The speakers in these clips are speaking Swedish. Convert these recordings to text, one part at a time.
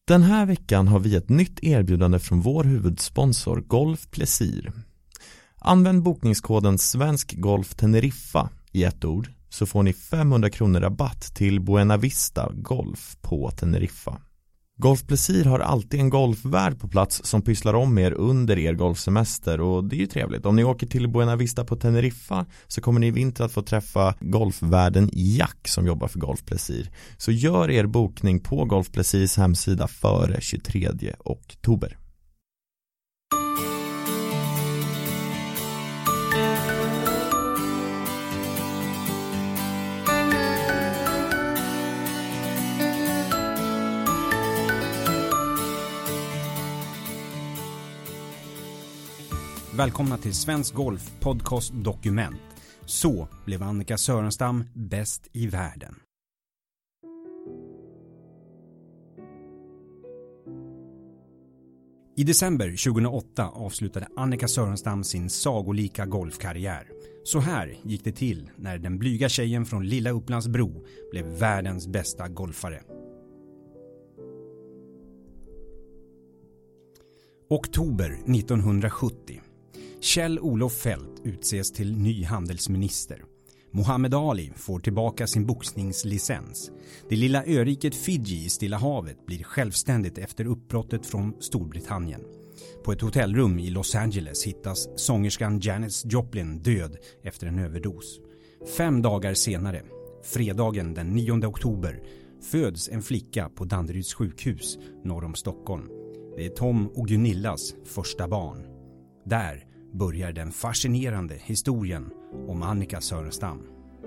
Den här veckan har vi ett nytt erbjudande från vår huvudsponsor Golf Plesir. Använd bokningskoden Svensk Golf Teneriffa i ett ord så får ni 500 kronor rabatt till Buena Vista Golf på Teneriffa. Golf Plesir har alltid en golfvärd på plats som pysslar om er under er golfsemester och det är ju trevligt. Om ni åker till Buena Vista på Teneriffa så kommer ni i vinter att få träffa golfvärden Jack som jobbar för Golf Plesir. Så gör er bokning på Golf Plesirs hemsida före 23 oktober. Välkomna till Svensk Golf Podcast Dokument. Så blev Annika Sörenstam bäst i världen. I december 2008 avslutade Annika Sörenstam sin sagolika golfkarriär. Så här gick det till när den blyga tjejen från Lilla Upplandsbro blev världens bästa golfare. Oktober 1970. Kjell-Olof Feldt utses till ny handelsminister. Muhammad Ali får tillbaka sin boxningslicens. Det lilla öriket Fiji i Stilla havet blir självständigt efter uppbrottet från Storbritannien. På ett hotellrum i Los Angeles hittas sångerskan Janis Joplin död efter en överdos. 5 dagar senare, fredagen den 9 oktober, föds en flicka på Danderyds sjukhus norr om Stockholm. Det är Tom och Gunillas första barn. Där börjar den fascinerande historien om Annika Sörenstam.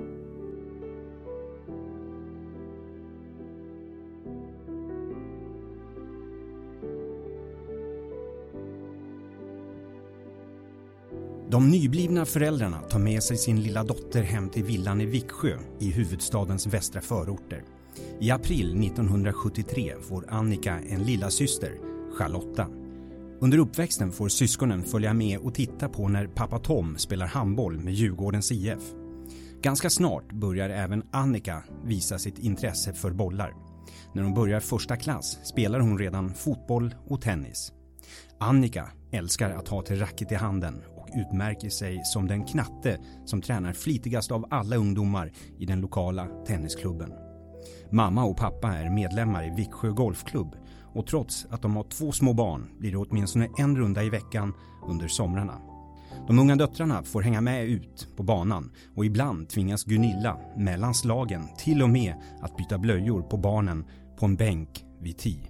De nyblivna föräldrarna tar med sig sin lilla dotter hem till villan i Viksjö i huvudstadens västra förorter. I april 1973 får Annika en lilla syster, Charlotta. Under uppväxten får syskonen följa med och titta på när pappa Tom spelar handboll med Djurgårdens IF. Ganska snart börjar även Annika visa sitt intresse för bollar. När hon börjar första klass spelar hon redan fotboll och tennis. Annika älskar att ha till racket i handen och utmärker sig som den knatte som tränar flitigast av alla ungdomar i den lokala tennisklubben. Mamma och pappa är medlemmar i Viksjö golfklubb. Och trots att de har 2 små barn blir det åtminstone en runda i veckan under somrarna. De unga döttrarna får hänga med ut på banan och ibland tvingas Gunilla mellan slagen till och med att byta blöjor på barnen på en bänk vid 10.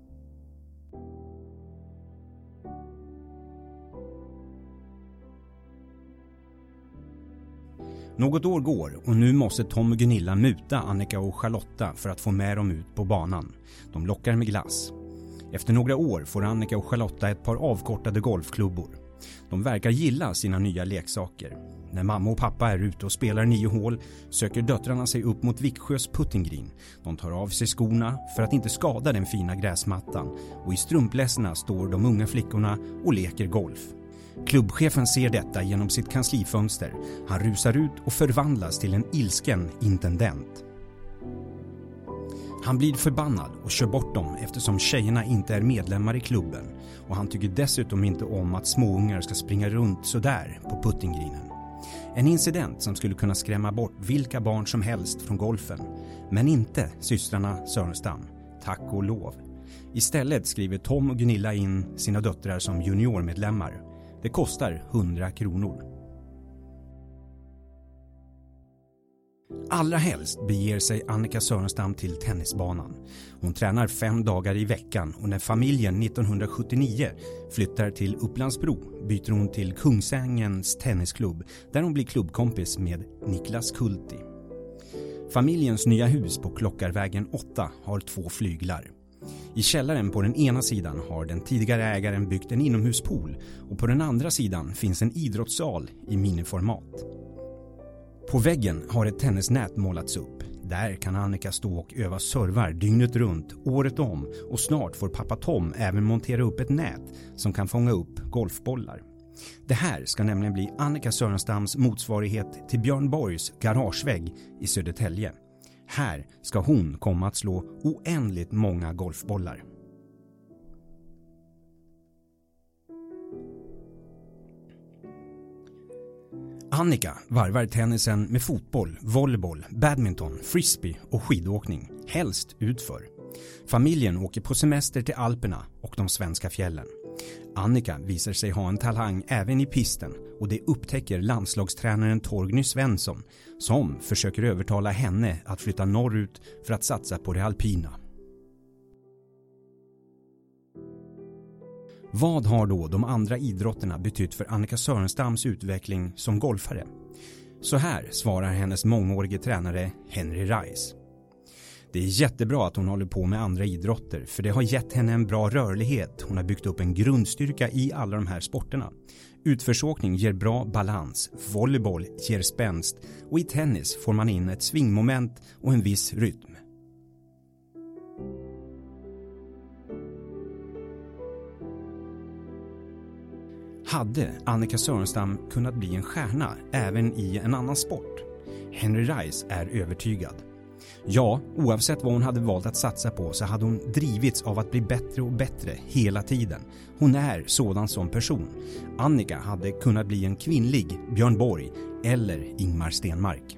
Något år går och nu måste Tom och Gunilla muta Annika och Charlotta för att få med dem ut på banan. De lockar med glass. Efter några år får Annika och Charlotta ett par avkortade golfklubbor. De verkar gilla sina nya leksaker. När mamma och pappa är ute och spelar 9 hål söker döttrarna sig upp mot Viksjös puttinggreen. De tar av sig skorna för att inte skada den fina gräsmattan och i strumpläsarna står de unga flickorna och leker golf. Klubbchefen ser detta genom sitt kanslifönster. Han rusar ut och förvandlas till en ilsken intendent. Han blir förbannad och kör bort dem eftersom tjejerna inte är medlemmar i klubben. Och han tycker dessutom inte om att småungar ska springa runt sådär på puttingreenen. En incident som skulle kunna skrämma bort vilka barn som helst från golfen. Men inte systrarna Sörenstam. Tack och lov. Istället skriver Tom och Gunilla in sina döttrar som juniormedlemmar. Det kostar 100 kronor. Allra helst beger sig Annika Sörenstam till tennisbanan. Hon tränar 5 dagar i veckan och när familjen 1979 flyttar till Upplandsbro byter hon till Kungsängens tennisklubb där hon blir klubbkompis med Niklas Kulti. Familjens nya hus på Klockarvägen 8 har 2 flyglar. I källaren på den ena sidan har den tidigare ägaren byggt en inomhuspool och på den andra sidan finns en idrottssal i miniformat. På väggen har ett tennisnät målats upp. Där kan Annika stå och öva servar dygnet runt, året om och snart får pappa Tom även montera upp ett nät som kan fånga upp golfbollar. Det här ska nämligen bli Annika Sörenstams motsvarighet till Björn Borgs garagevägg i Södertälje. Här ska hon komma att slå oändligt många golfbollar. Annika varvar tennisen med fotboll, volleyboll, badminton, frisbee och skidåkning, helst utför. Familjen åker på semester till Alperna och de svenska fjällen. Annika visar sig ha en talang även i pisten och det upptäcker landslagstränaren Torgny Svensson som försöker övertala henne att flytta norrut för att satsa på det alpina. Vad har då de andra idrotterna betytt för Annika Sörenstams utveckling som golfare? Så här svarar hennes mångårige tränare Henry Rice. Det är jättebra att hon håller på med andra idrotter för det har gett henne en bra rörlighet. Hon har byggt upp en grundstyrka i alla de här sporterna. Utförsåkning ger bra balans, volleyboll ger spänst och i tennis får man in ett svingmoment och en viss rytm. Hade Annika Sörenstam kunnat bli en stjärna även i en annan sport? Henry Rice är övertygad. Ja, oavsett vad hon hade valt att satsa på så hade hon drivits av att bli bättre och bättre hela tiden. Hon är sådan som person. Annika hade kunnat bli en kvinnlig Björn Borg eller Ingmar Stenmark.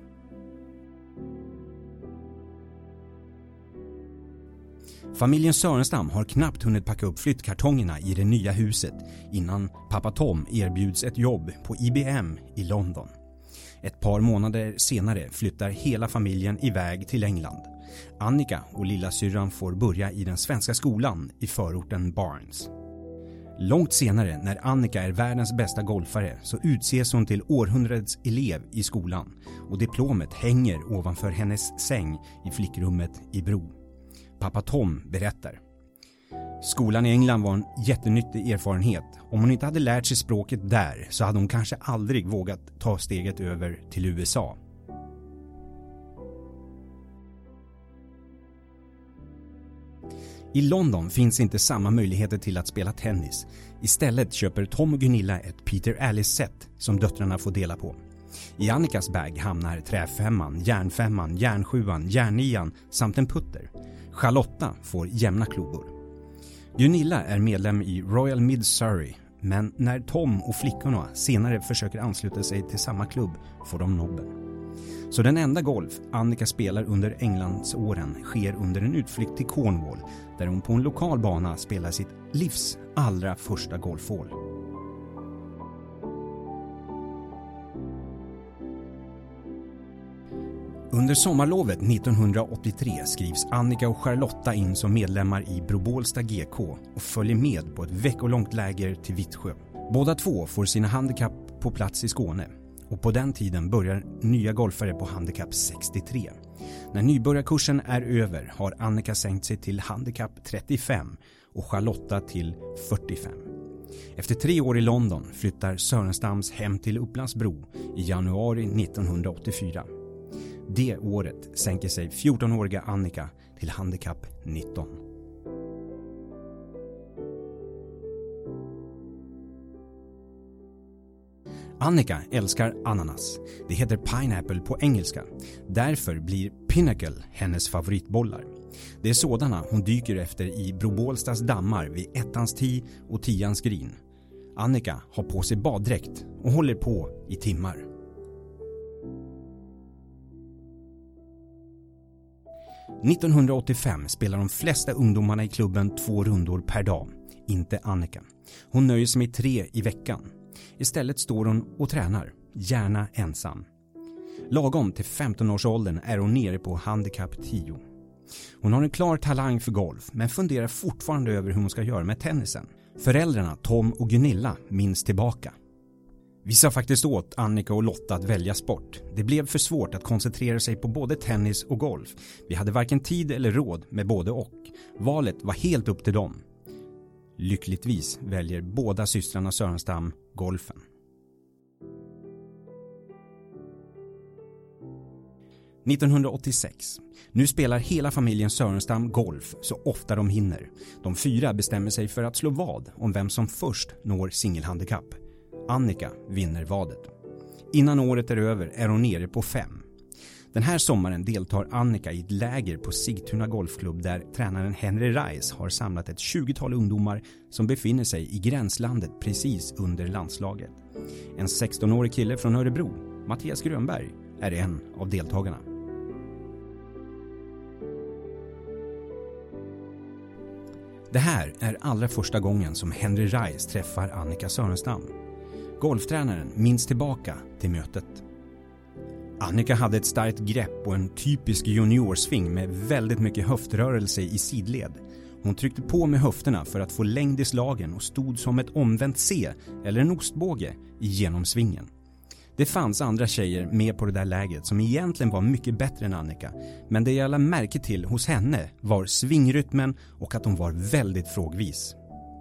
Familjen Sörenstam har knappt hunnit packa upp flyttkartongerna i det nya huset innan pappa Tom erbjuds ett jobb på IBM i London. Ett par månader senare flyttar hela familjen iväg till England. Annika och lillasyrran får börja i den svenska skolan i förorten Barnes. Långt senare, när Annika är världens bästa golfare, så utses hon till århundradets elev i skolan och diplomet hänger ovanför hennes säng i flickrummet i Bro. Pappa Tom berättar. Skolan i England var en jättenyttig erfarenhet. Om hon inte hade lärt sig språket där så hade hon kanske aldrig vågat ta steget över till USA. I London finns inte samma möjligheter till att spela tennis. Istället köper Tom och Gunilla ett Peter Alliss-set som döttrarna får dela på. I Annikas bag hamnar träfemman, järnfemman, järnsjuan, järnian samt en putter. Charlotta får jämna klubbor. Gunilla är medlem i Royal Mid Surrey, men när Tom och flickorna senare försöker ansluta sig till samma klubb får de nobben. Så den enda golf Annika spelar under Englandsåren sker under en utflykt till Cornwall där hon på en lokal bana spelar sitt livs allra första golfhål. Under sommarlovet 1983 skrivs Annika och Charlotta in som medlemmar i Brobolsta GK och följer med på ett veckolångt läger till Vittsjö. Båda två får sina handikapp på plats i Skåne och på den tiden börjar nya golfare på handikapp 63. När nybörjarkursen är över har Annika sänkt sig till handikapp 35 och Charlotta till 45. Efter 3 år i London flyttar Sörenstams hem till Upplandsbro i januari 1984. Det året sänker sig 14-åriga Annika till handikapp 19. Annika älskar ananas. Det heter pineapple på engelska. Därför blir Pinnacle hennes favoritbollar. Det är sådana hon dyker efter i Brobolstas dammar vid 1:ans tee och 10:ans green. Annika har på sig baddräkt och håller på i timmar. År 1985 spelar de flesta ungdomarna i klubben 2 rundor per dag, inte Annika. Hon nöjer sig med 3 i veckan. Istället står hon och tränar, gärna ensam. Lagom till 15-årsåldern är hon nere på handikapp 10. Hon har en klar talang för golf men funderar fortfarande över hur hon ska göra med tennisen. Föräldrarna Tom och Gunilla minns tillbaka. Vi sa faktiskt åt Annika och Lotta att välja sport. Det blev för svårt att koncentrera sig på både tennis och golf. Vi hade varken tid eller råd med både och. Valet var helt upp till dem. Lyckligtvis väljer båda systrarna Sörenstam golfen. År 1986. Nu spelar hela familjen Sörenstam golf så ofta de hinner. De 4 bestämmer sig för att slå vad om vem som först når singelhandikapp. Annika vinner vadet. Innan året är över är hon nere på 5. Den här sommaren deltar Annika i ett läger på Sigtuna golfklubb där tränaren Henry Rice har samlat ett 20-tal ungdomar som befinner sig i gränslandet precis under landslaget. En 16-årig kille från Örebro, Mattias Grönberg, är en av deltagarna. Det här är allra första gången som Henry Rice träffar Annika Sörenstam. Golftränaren minns tillbaka till mötet. Annika hade ett starkt grepp och en typisk juniorsving med väldigt mycket höftrörelse i sidled. Hon tryckte på med höfterna för att få längd i slagen och stod som ett omvänt C eller en ostbåge i genomsvingen. Det fanns andra tjejer med på det där läget som egentligen var mycket bättre än Annika, men det jag lade märke till hos henne var svingrytmen och att hon var väldigt frågvis.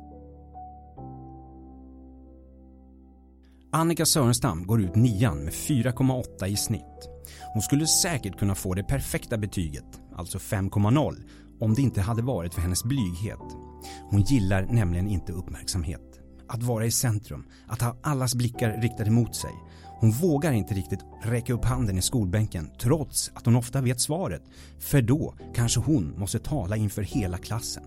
Annika Sörenstam går ut 9 med 4,8 i snitt. Hon skulle säkert kunna få det perfekta betyget, alltså 5,0, om det inte hade varit för hennes blyghet. Hon gillar nämligen inte uppmärksamhet. Att vara i centrum, att ha allas blickar riktade mot sig. Hon vågar inte riktigt räcka upp handen i skolbänken trots att hon ofta vet svaret. För då kanske hon måste tala inför hela klassen.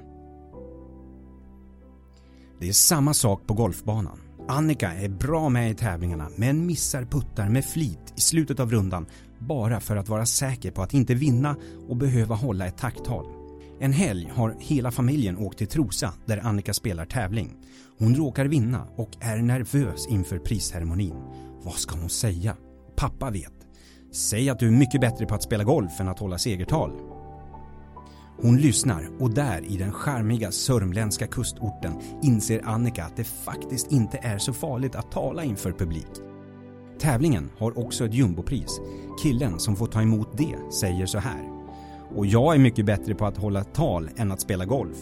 Det är samma sak på golfbanan. Annika är bra med i tävlingarna men missar puttar med flit i slutet av rundan bara för att vara säker på att inte vinna och behöva hålla ett tacktal. En helg har hela familjen åkt till Trosa där Annika spelar tävling. Hon råkar vinna och är nervös inför prisceremonin. Vad ska hon säga? Pappa vet. Säg att du är mycket bättre på att spela golf än att hålla segertal. Hon lyssnar och där i den charmiga sörmländska kustorten inser Annika att det faktiskt inte är så farligt att tala inför publik. Tävlingen har också ett jumbopris. Killen som får ta emot det säger så här: och jag är mycket bättre på att hålla tal än att spela golf.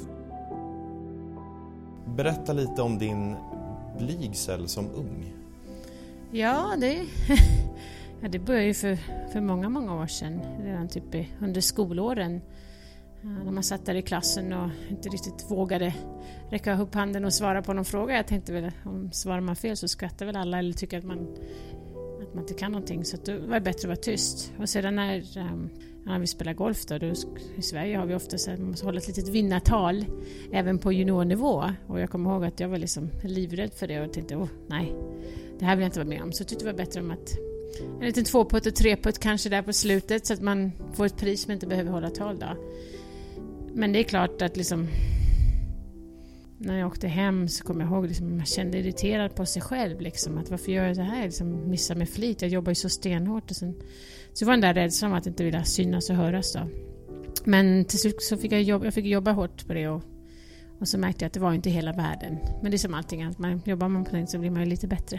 Berätta lite om din blygsel som ung. Ja, det började ju för många år sedan. Redan typ under skolåren. När man satt där i klassen och inte riktigt vågade räcka upp handen och svara på någon fråga. Jag tänkte väl, om svarar man fel så skrattar väl alla eller tycker att man inte kan någonting. Så då var det bättre att vara tyst. Och sedan när vi spelar golf då i Sverige har vi ofta så att man måste hålla ett litet vinnartal även på juniornivå. Och jag kommer ihåg att jag var liksom livrädd för det och tänkte, nej, det här vill jag inte vara med om. Så jag tyckte det var bättre om att en liten 2-putt och 3-putt kanske där på slutet så att man får ett pris men inte behöver hålla tal då. Men det är klart att liksom, när jag åkte hem så kom jag ihåg liksom, man kände irriterad på sig själv liksom, att varför gör jag det här, liksom, missar med flit, jag jobbar ju så stenhårt och sen, så var den där rädslan att inte vilja synas och höras då. Men till slut så fick jag fick jobba hårt på det och så märkte jag att det var inte hela världen, men det är som allting, att jobbar man på det så blir man ju lite bättre.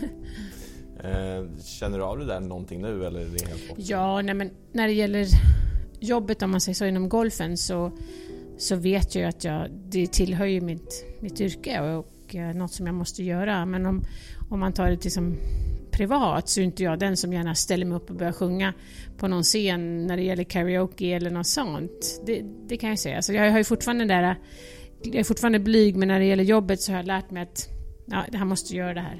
Känner du av det där någonting nu eller är det helt bort? Ja, nej, men när det gäller jobbet, om man säger så, inom golfen så vet jag att det tillhör ju mitt yrke och något som jag måste göra. Men om man tar det till som privat så är inte jag den som gärna ställer mig upp och börjar sjunga på någon scen när det gäller karaoke eller något sånt. Det kan jag säga. Så jag har ju fortfarande jag är fortfarande blyg, men när det gäller jobbet så har jag lärt mig att det här måste göra det här.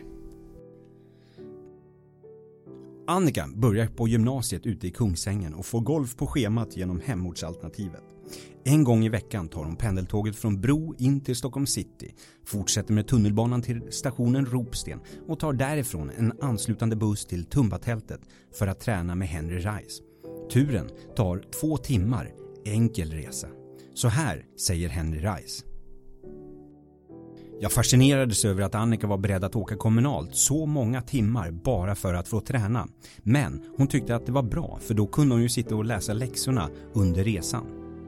Annika börjar på gymnasiet ute i Kungsängen och får golf på schemat genom hemortsalternativet. En gång i veckan tar hon pendeltåget från Bro in till Stockholm city, fortsätter med tunnelbanan till stationen Ropsten och tar därifrån en anslutande buss till Tumbatältet för att träna med Henry Rice. Turen tar 2 timmar, enkel resa. Så här säger Henry Rice: jag fascinerades över att Annika var beredd att åka kommunalt så många timmar bara för att få träna. Men hon tyckte att det var bra, för då kunde hon ju sitta och läsa läxorna under resan.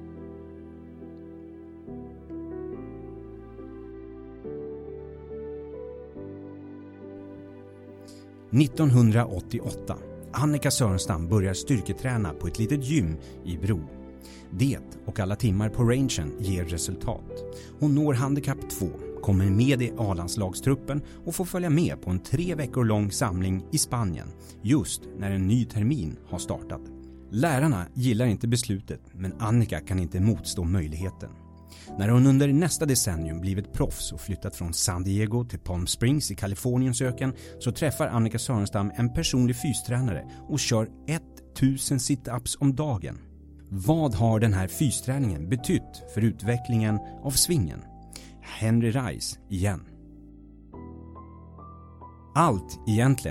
–1988. Annika Sörenstam börjar styrketräna på ett litet gym i Bro. Det och alla timmar på rangen ger resultat. Hon når handikapp 2, kommer med i A-landslagstruppen och får följa med på en 3 veckor lång samling i Spanien just när en ny termin har startat. Lärarna gillar inte beslutet, men Annika kan inte motstå möjligheten. När hon under nästa decennium blivit proffs och flyttat från San Diego till Palm Springs i Kaliforniens öken så träffar Annika Sörenstam en personlig fystränare och kör 1000 sit-ups om dagen. Vad har den här fysträningen betytt för utvecklingen av svingen? Henry Rice igen. Allt egentligen.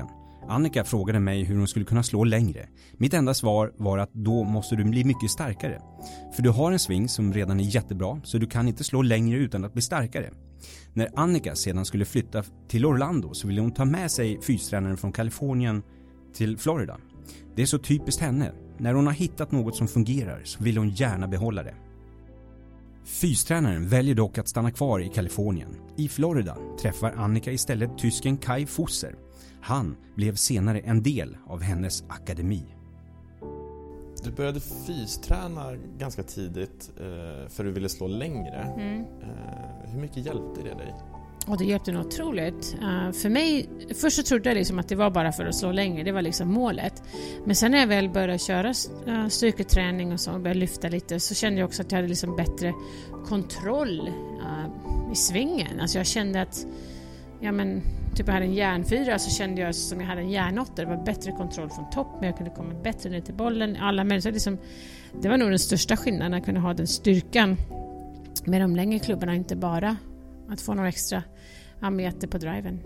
Annika frågade mig hur hon skulle kunna slå längre. Mitt enda svar var att då måste du bli mycket starkare. För du har en swing som redan är jättebra, så du kan inte slå längre utan att bli starkare. När Annika sedan skulle flytta till Orlando så ville hon ta med sig fystränaren från Kalifornien till Florida. Det är så typiskt henne. När hon har hittat något som fungerar så vill hon gärna behålla det. Fystränaren väljer dock att stanna kvar i Kalifornien. I Florida träffar Annika istället tysken Kai Fusser. Han blev senare en del av hennes akademi. Du började fysträna ganska tidigt för du ville slå längre. Hur mycket hjälpte det dig? Och det hjälpte nog otroligt. För mig, först så trodde jag liksom att det var bara för att slå längre. Det var liksom målet. Men sen när jag väl började köra styrketräning och så och började lyfta lite, så kände jag också att jag hade liksom bättre kontroll i svingen. Alltså jag kände att typ jag hade en järnfyra, så kände jag som jag hade en järnåtta. Det var bättre kontroll från topp, men jag kunde komma bättre ner till bollen. Alla människor liksom, det var nog den största skillnaden, att kunna ha den styrkan med de längre klubbarna, inte bara att få några extra meter på driven.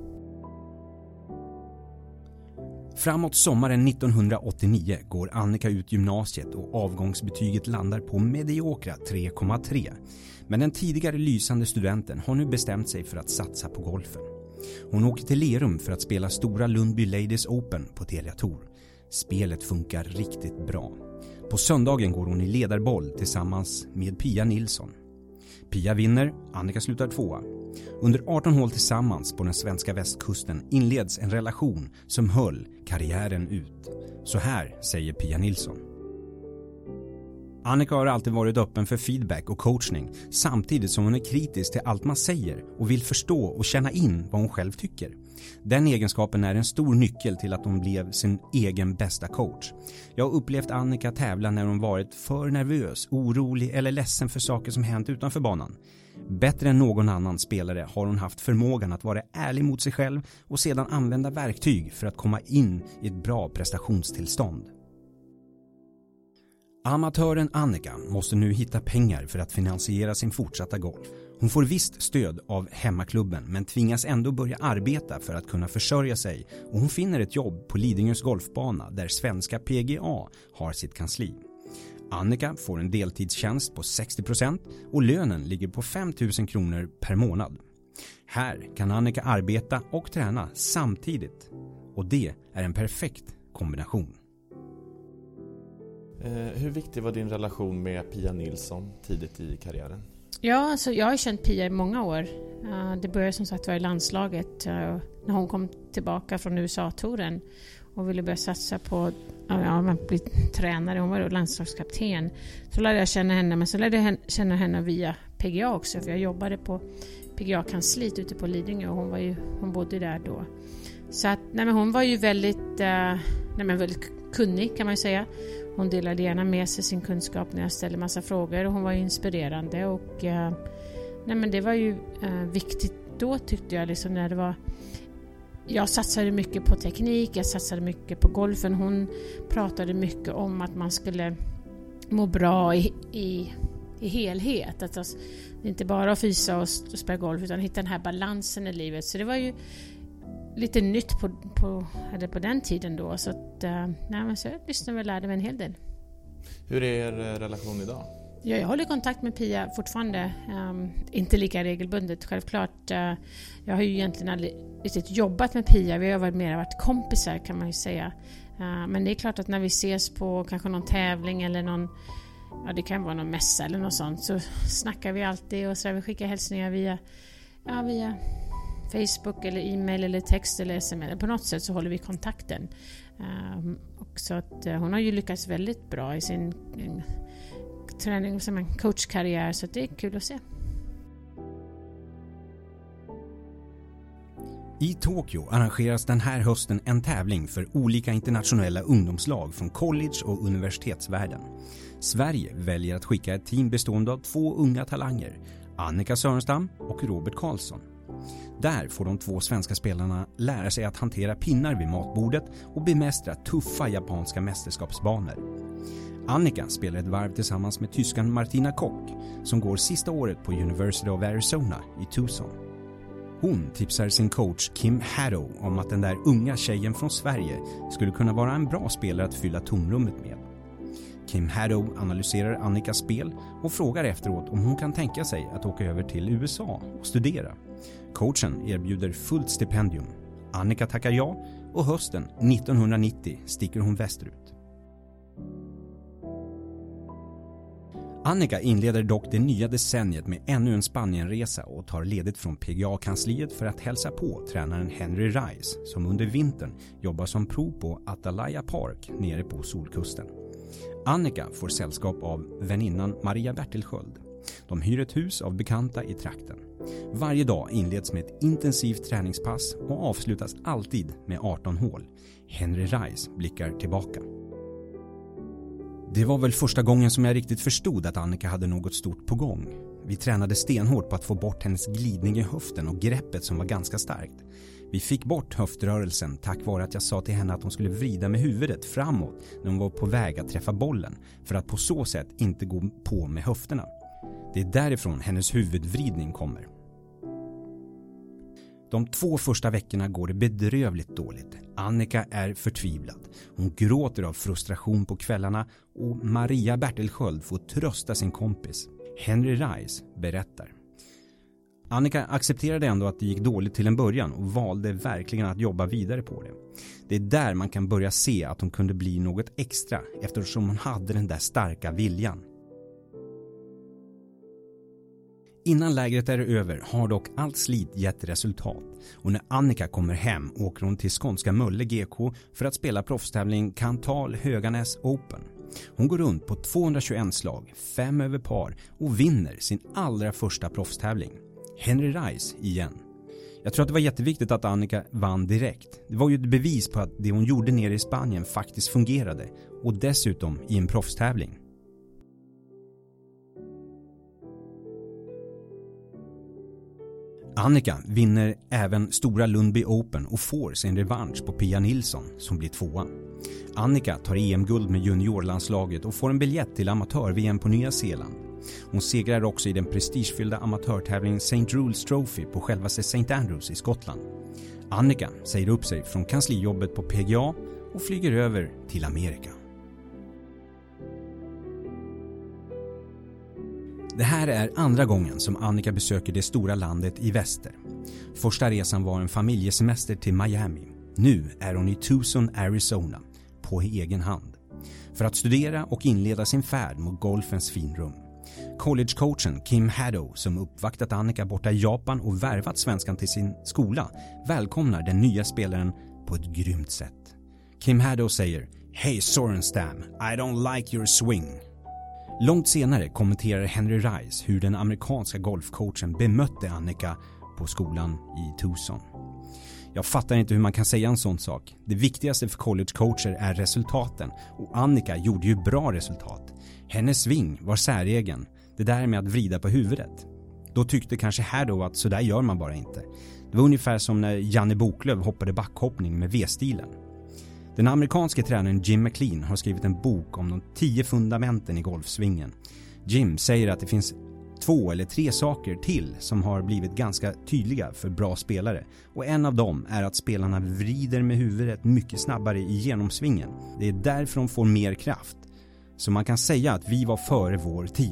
Framåt sommaren 1989 går Annika ut gymnasiet och avgångsbetyget landar på mediokra 3,3. Men den tidigare lysande studenten har nu bestämt sig för att satsa på golfen. Hon åker till Lerum för att spela stora Lundby Ladies Open på Telia Tour. Spelet funkar riktigt bra. På söndagen går hon i ledarboll tillsammans med Pia Nilsson. Pia vinner, Annika slutar 2. Under 18 hål tillsammans på den svenska västkusten inleds en relation som höll karriären ut. Så här säger Pia Nilsson. Annika har alltid varit öppen för feedback och coachning, samtidigt som hon är kritisk till allt man säger och vill förstå och känna in vad hon själv tycker. Den egenskapen är en stor nyckel till att hon blev sin egen bästa coach. Jag har upplevt Annika tävla när hon varit för nervös, orolig eller ledsen för saker som hänt utanför banan. Bättre än någon annan spelare har hon haft förmågan att vara ärlig mot sig själv och sedan använda verktyg för att komma in i ett bra prestationstillstånd. Amatören Annika måste nu hitta pengar för att finansiera sin fortsatta golf. Hon får visst stöd av hemmaklubben, men tvingas ändå börja arbeta för att kunna försörja sig, och hon finner ett jobb på Lidingös golfbana där svenska PGA har sitt kansli. Annika får en deltidstjänst på 60% och lönen ligger på 5 000 kronor per månad. Här kan Annika arbeta och träna samtidigt, och det är en perfekt kombination. Hur viktig var din relation med Pia Nilsson tidigt i karriären? Ja, alltså jag har känt Pia i många år. Det började som sagt vara i landslaget när hon kom tillbaka från USA-touren och ville börja satsa på att bli tränare. Hon var då landslagskapten. Så lärde jag känna henne, men så lärde jag känna henne via PGA också, för jag jobbade på PGA-kansliet ute på Lidingö och hon bodde där då. Så att, hon var ju väldigt kunnig, kan man ju säga. Hon delade gärna med sig sin kunskap när jag ställde massa frågor, och hon var ju inspirerande, och det var ju viktigt då, tyckte jag, liksom, när det var. Jag satsade mycket på teknik, jag satsade mycket på golfen. Hon pratade mycket om att man skulle må bra i helhet, att alltså, inte bara fysa och spela golf, utan hitta den här balansen i livet. Så det var ju lite nytt på den tiden då, så att så jag lyssnade och lärde mig en hel del. Hur är er relation idag? Ja, jag håller kontakt med Pia fortfarande, inte lika regelbundet självklart. Jag har ju egentligen aldrig riktigt jobbat med Pia, vi har varit kompisar, kan man ju säga. Men det är klart att när vi ses på kanske någon tävling eller någon, det kan vara någon mässa eller något sånt, så snackar vi alltid, och så vi skickar hälsningar via Facebook eller e-mail eller text eller sms. På något sätt så håller vi kontakten. Och så att hon har ju lyckats väldigt bra i sin träning som en coachkarriär, så det är kul att se. I Tokyo arrangeras den här hösten en tävling för olika internationella ungdomslag från college- och universitetsvärlden. Sverige väljer att skicka ett team bestående av 2 unga talanger, Annika Sörenstam och Robert Karlsson. Där får de 2 svenska spelarna lära sig att hantera pinnar vid matbordet och bemästra tuffa japanska mästerskapsbanor. Annika spelar ett varv tillsammans med tyskan Martina Koch, som går sista året på University of Arizona i Tucson. Hon tipsar sin coach Kim Haddow om att den där unga tjejen från Sverige skulle kunna vara en bra spelare att fylla tomrummet med. Kim Haddow analyserar Annikas spel och frågar efteråt om hon kan tänka sig att åka över till USA och studera. Coachen erbjuder fullt stipendium. Annika tackar ja och hösten 1990 sticker hon västerut. Annika inleder dock det nya decenniet med ännu en Spanienresa och tar ledigt från PGA-kansliet för att hälsa på tränaren Henry Rice som under vintern jobbar som pro på Atalaya Park nere på Solkusten. Annika får sällskap av väninnan Maria Bertilsköld. De hyr ett hus av bekanta i trakten. Varje dag inleds med ett intensivt träningspass och avslutas alltid med 18 hål. Henry Rice blickar tillbaka. Det var väl första gången som jag riktigt förstod att Annika hade något stort på gång. Vi tränade stenhårt på att få bort hennes glidning i höften och greppet som var ganska starkt. Vi fick bort höftrörelsen tack vare att jag sa till henne att hon skulle vrida med huvudet framåt när hon var på väg att träffa bollen för att på så sätt inte gå på med höfterna. Det är därifrån hennes huvudvridning kommer. De 2 första veckorna går det bedrövligt dåligt. Annika är förtvivlad. Hon gråter av frustration på kvällarna och Maria Bertilsköld får trösta sin kompis. Henry Rice berättar. Annika accepterade ändå att det gick dåligt till en början och valde verkligen att jobba vidare på det. Det är där man kan börja se att hon kunde bli något extra eftersom hon hade den där starka viljan. Innan lägret är över har dock allt slit gett resultat och när Annika kommer hem åker hon till skånska Mölle GK för att spela proffstävling Kantal Höganäs Open. Hon går runt på 221 slag, 5 över par och vinner sin allra första proffstävling. Henry Rice igen. Jag tror att det var jätteviktigt att Annika vann direkt. Det var ju ett bevis på att det hon gjorde nere i Spanien faktiskt fungerade och dessutom i en proffstävling. Annika vinner även Stora Lundby Open och får sin revansch på Pia Nilsson som blir 2. Annika tar EM-guld med juniorlandslaget och får en biljett till amatör-VM på Nya Zeeland. Hon segrar också i den prestigefyllda amatörtävlingen St. Rules Trophy på självaste St. Andrews i Skottland. Annika säger upp sig från kanslijobbet på PGA och flyger över till Amerika. Det här är andra gången som Annika besöker det stora landet i väster. Första resan var en familjesemester till Miami. Nu är hon i Tucson, Arizona, på egen hand. För att studera och inleda sin färd mot golfens finrum. Collegecoachen Kim Haddow, som uppvaktat Annika borta i Japan och värvat svenskan till sin skola, välkomnar den nya spelaren på ett grymt sätt. Kim Haddow säger: "Hey Sorenstam, I don't like your swing." Långt senare kommenterar Henry Rice hur den amerikanska golfcoachen bemötte Annika på skolan i Tucson. Jag fattar inte hur man kan säga en sån sak. Det viktigaste för collegecoacher är resultaten och Annika gjorde ju bra resultat. Hennes sving var säregen, det där med att vrida på huvudet. Då tyckte kanske Haddow att så där gör man bara inte. Det var ungefär som när Janne Boklöv hoppade backhoppning med V-stilen. Den amerikanske tränaren Jim McLean har skrivit en bok om de 10 fundamenten i golfsvingen. Jim säger att det finns 2 eller 3 saker till som har blivit ganska tydliga för bra spelare. Och en av dem är att spelarna vrider med huvudet mycket snabbare i genomsvingen. Det är därför de får mer kraft. Så man kan säga att vi var före vår tid.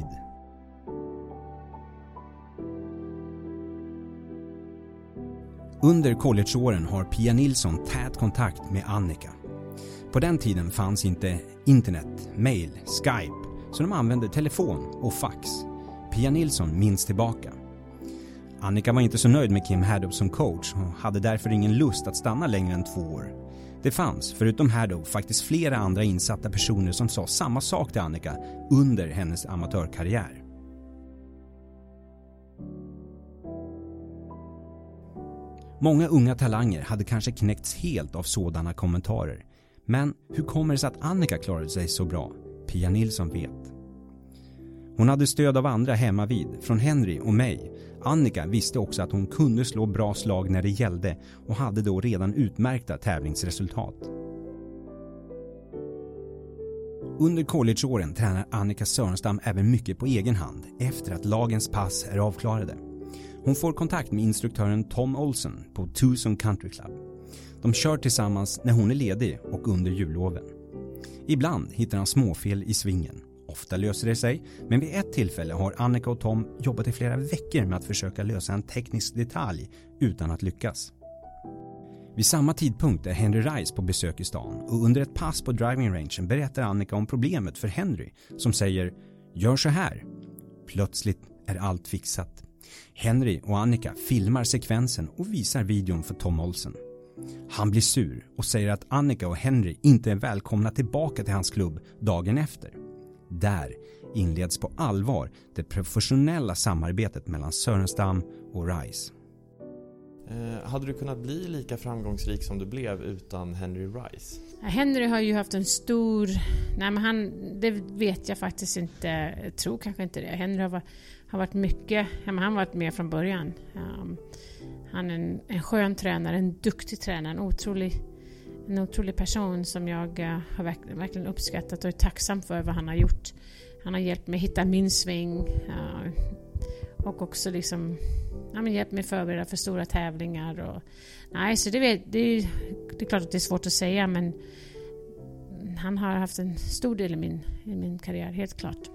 Under collegeåren har Pia Nilsson tät kontakt med Annika. På den tiden fanns inte internet, mail, Skype, så de använde telefon och fax. Pia Nilsson minns tillbaka. Annika var inte så nöjd med Kim Haddow som coach och hade därför ingen lust att stanna längre än 2 år. Det fanns, förutom Haddow, faktiskt flera andra insatta personer som sa samma sak till Annika under hennes amatörkarriär. Många unga talanger hade kanske knäckts helt av sådana kommentarer. Men hur kommer det sig att Annika klarade sig så bra? Pia Nilsson vet. Hon hade stöd av andra hemma vid, från Henry och mig. Annika visste också att hon kunde slå bra slag när det gällde och hade då redan utmärkta tävlingsresultat. Under collegeåren tränar Annika Sörenstam även mycket på egen hand efter att lagens pass är avklarade. Hon får kontakt med instruktören Tom Olsen på Tucson Country Club. De kör tillsammans när hon är ledig och under julloven. Ibland hittar han småfel i svingen. Ofta löser det sig, men vid ett tillfälle har Annika och Tom jobbat i flera veckor med att försöka lösa en teknisk detalj utan att lyckas. Vid samma tidpunkt är Henry Rice på besök i stan och under ett pass på driving rangen berättar Annika om problemet för Henry som säger "Gör så här". Plötsligt är allt fixat. Henry och Annika filmar sekvensen och visar videon för Tom Olsen. Han blir sur och säger att Annika och Henry inte är välkomna tillbaka till hans klubb dagen efter. Där inleds på allvar det professionella samarbetet mellan Sörenstam och Rice. Hade du kunnat bli lika framgångsrik som du blev utan Henry Rice? Henry har ju haft en stor... Nej, men det vet jag faktiskt inte. Jag tror kanske inte det. Henry har varit mycket... Ja, men han har varit med från början. Han är en skön tränare, en duktig tränare, en otrolig person som jag har verkligen uppskattat och är tacksam för vad han har gjort. Han har hjälpt mig hitta min sving och också liksom hjälpt mig förbereda för stora tävlingar. Så det är klart att det är svårt att säga, men han har haft en stor del i min karriär, helt klart.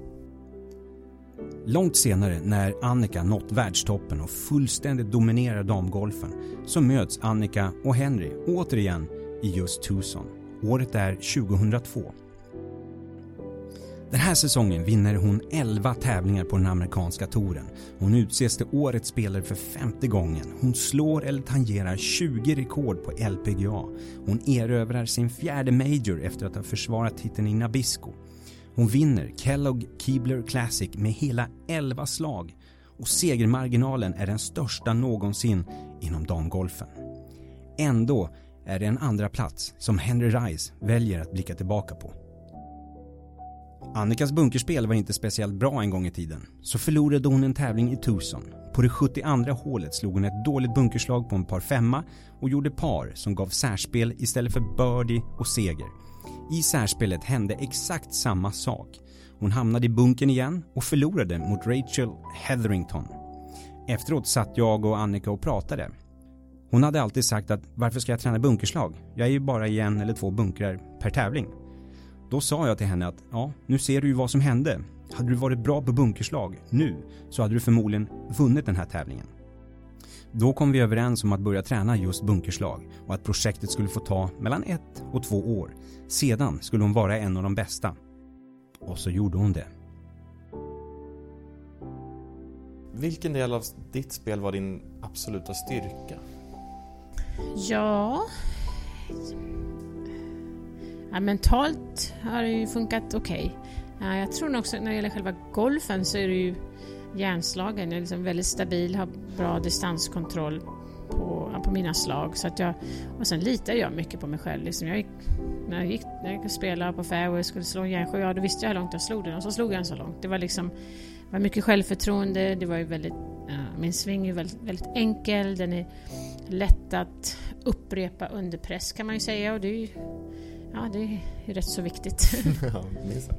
Långt senare, när Annika nått världstoppen och fullständigt dominerar damgolfen, så möts Annika och Henry återigen i just Tucson. Året är 2002. Den här säsongen vinner hon 11 tävlingar på den amerikanska touren. Hon utses till årets spelare för 5:e gången. Hon slår eller tangerar 20 rekord på LPGA. Hon erövrar sin 4:e major efter att ha försvarat titeln i Nabisco. Hon vinner Kellogg Keebler Classic med hela 11 slag. Och segermarginalen är den största någonsin inom damgolfen. Ändå är det en andra plats som Henry Rice väljer att blicka tillbaka på. Annikas bunkerspel var inte speciellt bra en gång i tiden, så förlorade hon en tävling i Tucson. På det 72:a hålet slog hon ett dåligt bunkerslag på en par 5 och gjorde par som gav särspel istället för birdie och seger. I särspelet hände exakt samma sak. Hon hamnade i bunkern igen och förlorade mot Rachel Hetherington. Efteråt satt jag och Annika och pratade. Hon hade alltid sagt att varför ska jag träna bunkerslag? Jag är ju bara i 1 eller 2 bunkrar per tävling. Då sa jag till henne att nu ser du ju vad som hände. Hade du varit bra på bunkerslag nu så hade du förmodligen vunnit den här tävlingen. Då kom vi överens om att börja träna just bunkerslag och att projektet skulle få ta mellan 1 och 2 år. Sedan skulle hon vara en av de bästa. Och så gjorde hon det. Vilken del av ditt spel var din absoluta styrka? Ja, mentalt har det ju funkat okej. Jag tror nog också när det gäller själva golfen så är det ju hjärnslagen. Jag är liksom väldigt stabil, har bra distanskontroll på mina slag. Så att och sen litar jag mycket på mig själv. Liksom när jag spelade på fairway och skulle slå en järnsjö, då visste jag hur långt jag slog den. Och så slog jag den så långt. Det var mycket självförtroende. Det var ju väldigt, min sving är väldigt, väldigt enkel. Den är lätt att upprepa under press kan man ju säga. Och det är rätt så viktigt. Ja, minst.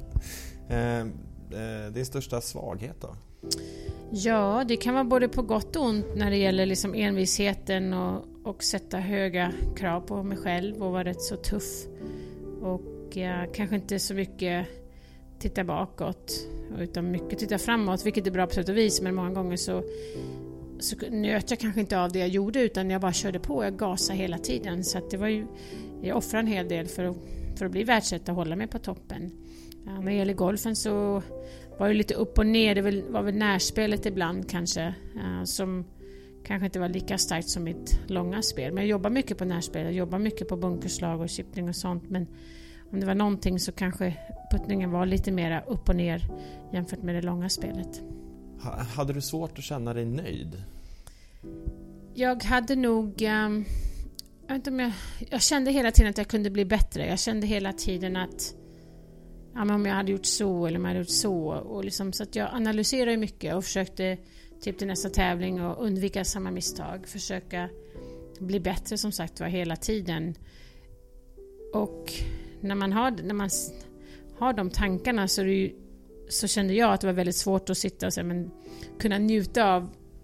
Din största svaghet då? Ja, det kan vara både på gott och ont när det gäller liksom envisheten och sätta höga krav på mig själv och vara rätt så tuff. Och kanske inte så mycket titta bakåt utan mycket titta framåt, vilket är bra på sätt och vis, men många gånger så njöt jag kanske inte av det jag gjorde utan jag bara körde på, jag gasade hela tiden. Så att det var ju, jag offrade en hel del för att bli världsetta och hålla mig på toppen. När det gäller golfen så var det lite upp och ner. Det var väl närspelet ibland kanske som kanske inte var lika starkt som mitt långa spel. Men jag jobbar mycket på närspel. Jag jobbar mycket på bunkerslag och chippning och sånt. Men om det var någonting så kanske puttningen var lite mer upp och ner jämfört med det långa spelet. Hade du svårt att känna dig nöjd? Jag hade nog... jag vet inte om jag kände hela tiden att jag kunde bli bättre. Jag kände hela tiden att om jag hade gjort så eller om jag hade gjort så. Och liksom, så att jag analyserade mycket och försökte typ till nästa tävling och undvika samma misstag. Försöka bli bättre som sagt var hela tiden. Och när man har de tankarna så kände jag att det var väldigt svårt att sitta och kunna njuta av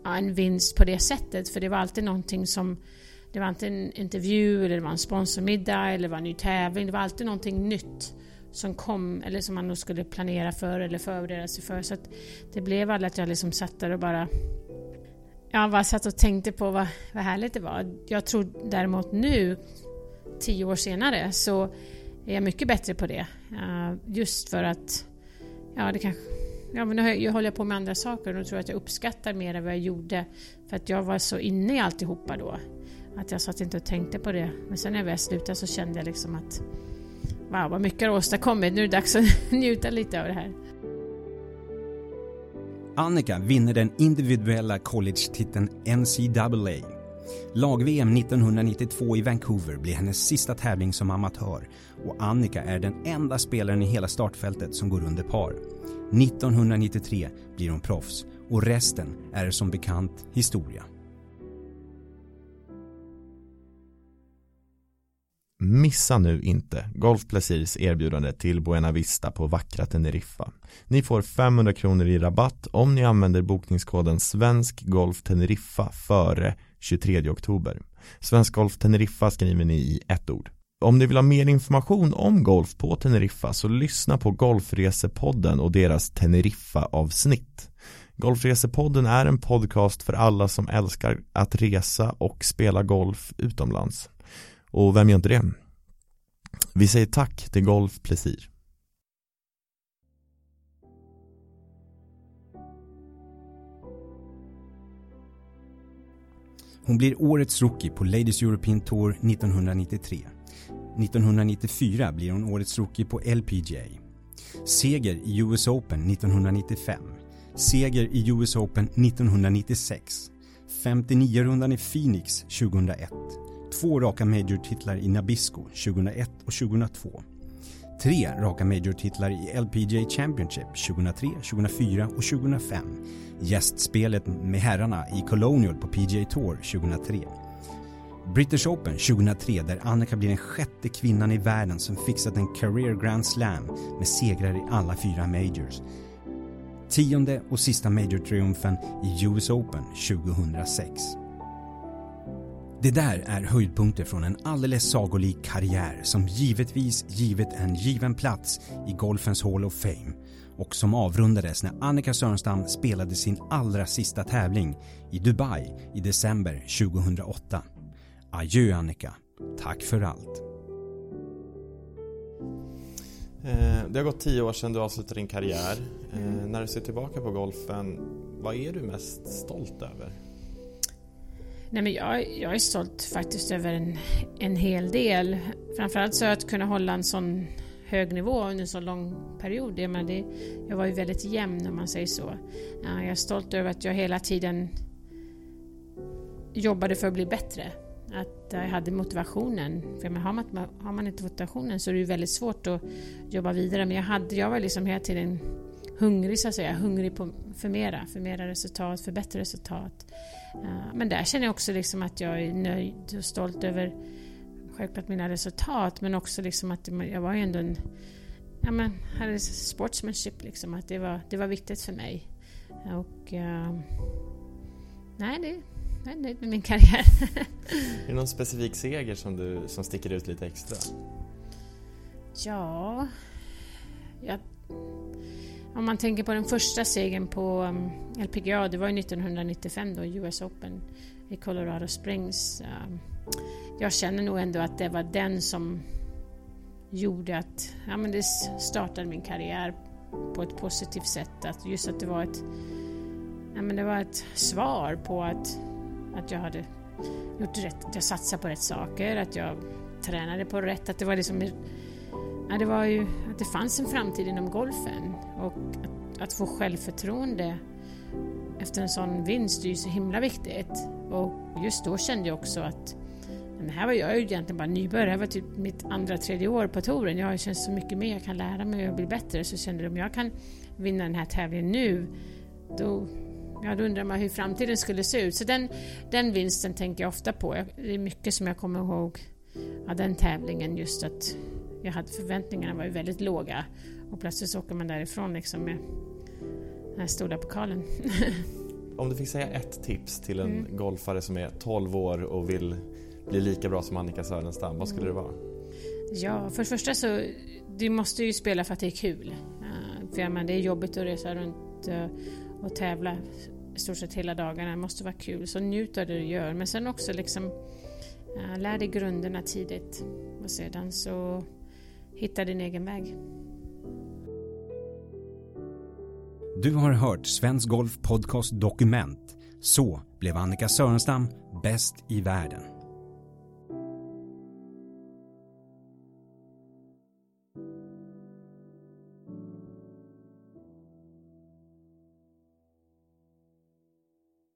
en vinst på det sättet, för det var alltid någonting som, det var inte en intervju eller det var en sponsormiddag eller det var en ny tävling, det var alltid någonting nytt som kom eller som man nog skulle planera för eller förbereda sig för, så att det blev aldrig att jag liksom satt där och bara satt och tänkte på vad härligt det var. Jag tror däremot nu 10 år senare så är jag mycket bättre på det, just för att det kanske, men nu håller jag på med andra saker och då tror jag att jag uppskattar mer än vad jag gjorde, för att jag var så inne i alltihopa då att jag satt inte och tänkte på det. Men sen när jag väl slutade så kände jag liksom att wow, vad mycket har åstadkommit, nu är det dags att njuta lite av det här. Annika vinner den individuella college-titeln NCAA. Lag-VM 1992 i Vancouver blir hennes sista tävling som amatör och Annika är den enda spelaren i hela startfältet som går under par. 1993 blir hon proffs och resten är som bekant historia. Missa nu inte Golf Plesirs erbjudande till Buena Vista på vackra Teneriffa. Ni får 500 kronor i rabatt om ni använder bokningskoden Svensk Golf Teneriffa före 23 oktober. Svensk Golf Teneriffa skriver ni i ett ord. Om ni vill ha mer information om golf på Teneriffa så lyssna på Golfresepodden och deras Teneriffa-avsnitt. Golfresepodden är en podcast för alla som älskar att resa och spela golf utomlands. Och vem gör inte det? Vi säger tack till Golf Plesir. Hon blir årets rookie på Ladies European Tour 1993. 1994 blir hon årets rookie på LPGA. Seger i US Open 1995. Seger i US Open 1996. 59-rundan i Phoenix 2001. 2 raka major-titlar i Nabisco 2001 och 2002. 3 raka major-titlar i LPGA Championship 2003, 2004 och 2005. Gästspelet med herrarna i Colonial på PGA Tour 2003. British Open 2003 där Annika blir den 6:e kvinnan i världen som fixat en Career Grand Slam med segrar i alla 4 majors. 10:e och sista major-triumfen i US Open 2006. Det där är höjdpunkter från en alldeles sagolik karriär som givetvis givit en given plats i golfens Hall of Fame och som avrundades när Annika Sörenstam spelade sin allra sista tävling i Dubai i december 2008. Adjö Annika, tack för allt. Det har gått 10 år sedan du avslutade din karriär. När du ser tillbaka på golfen, vad är du mest stolt över? Nej, men jag är stolt faktiskt över en hel del. Framförallt så att kunna hålla en sån hög nivå under en så lång period. Jag var ju väldigt jämn om man säger så. Jag är stolt över att jag hela tiden jobbade för att bli bättre. Att jag hade motivationen. För har man inte motivationen så är det ju väldigt svårt att jobba vidare. Men jag var liksom hela tiden hungrig så att säga. Hungrig för mera resultat, för bättre resultat. Men där känner jag också liksom att jag är nöjd och stolt över självklart mina resultat, men också liksom att jag var ju ändå hade sportsmanship liksom, att det var viktigt för mig. Och det är nöjd med min karriär. Är det någon specifik seger som sticker ut lite extra? Ja, om man tänker på den första segern på LPGA, det var ju 1995 då, US Open i Colorado Springs. Jag känner nog ändå att det var den som gjorde att det startade min karriär på ett positivt sätt. Att det var ett svar på att jag hade gjort rätt, att jag satsade på rätt saker, att jag tränade på rätt, att det var liksom det var ju att det fanns en framtid inom golfen, och att få självförtroende efter en sån vinst är ju så himla viktigt. Och just då kände jag också att här var jag ju egentligen bara nybörjare. Det var typ mitt 2-3 år på touren. Jag känner så mycket mer, jag kan lära mig och bli bättre. Så kände jag, om jag kan vinna den här tävlingen nu, då undrar man hur framtiden skulle se ut. Så den vinsten tänker jag ofta på. Det är mycket som jag kommer ihåg av den tävlingen, just att förväntningarna var ju väldigt låga, och plötsligt så åker man därifrån liksom med den här stora pokalen. Om du fick säga ett tips till en golfare som är 12 år och vill bli lika bra som Annika Sörenstam, vad skulle det vara? Ja, för det första så du måste ju spela för att det är kul. För det är jobbigt att resa runt och tävla i stort sett hela dagarna. Det måste vara kul, så njut av det du gör. Men sen också liksom lär dig grunderna tidigt och sedan så hitta din egen väg. Du har hört Svensk Golf Podcast Dokument. Så blev Annika Sörenstam bäst i världen.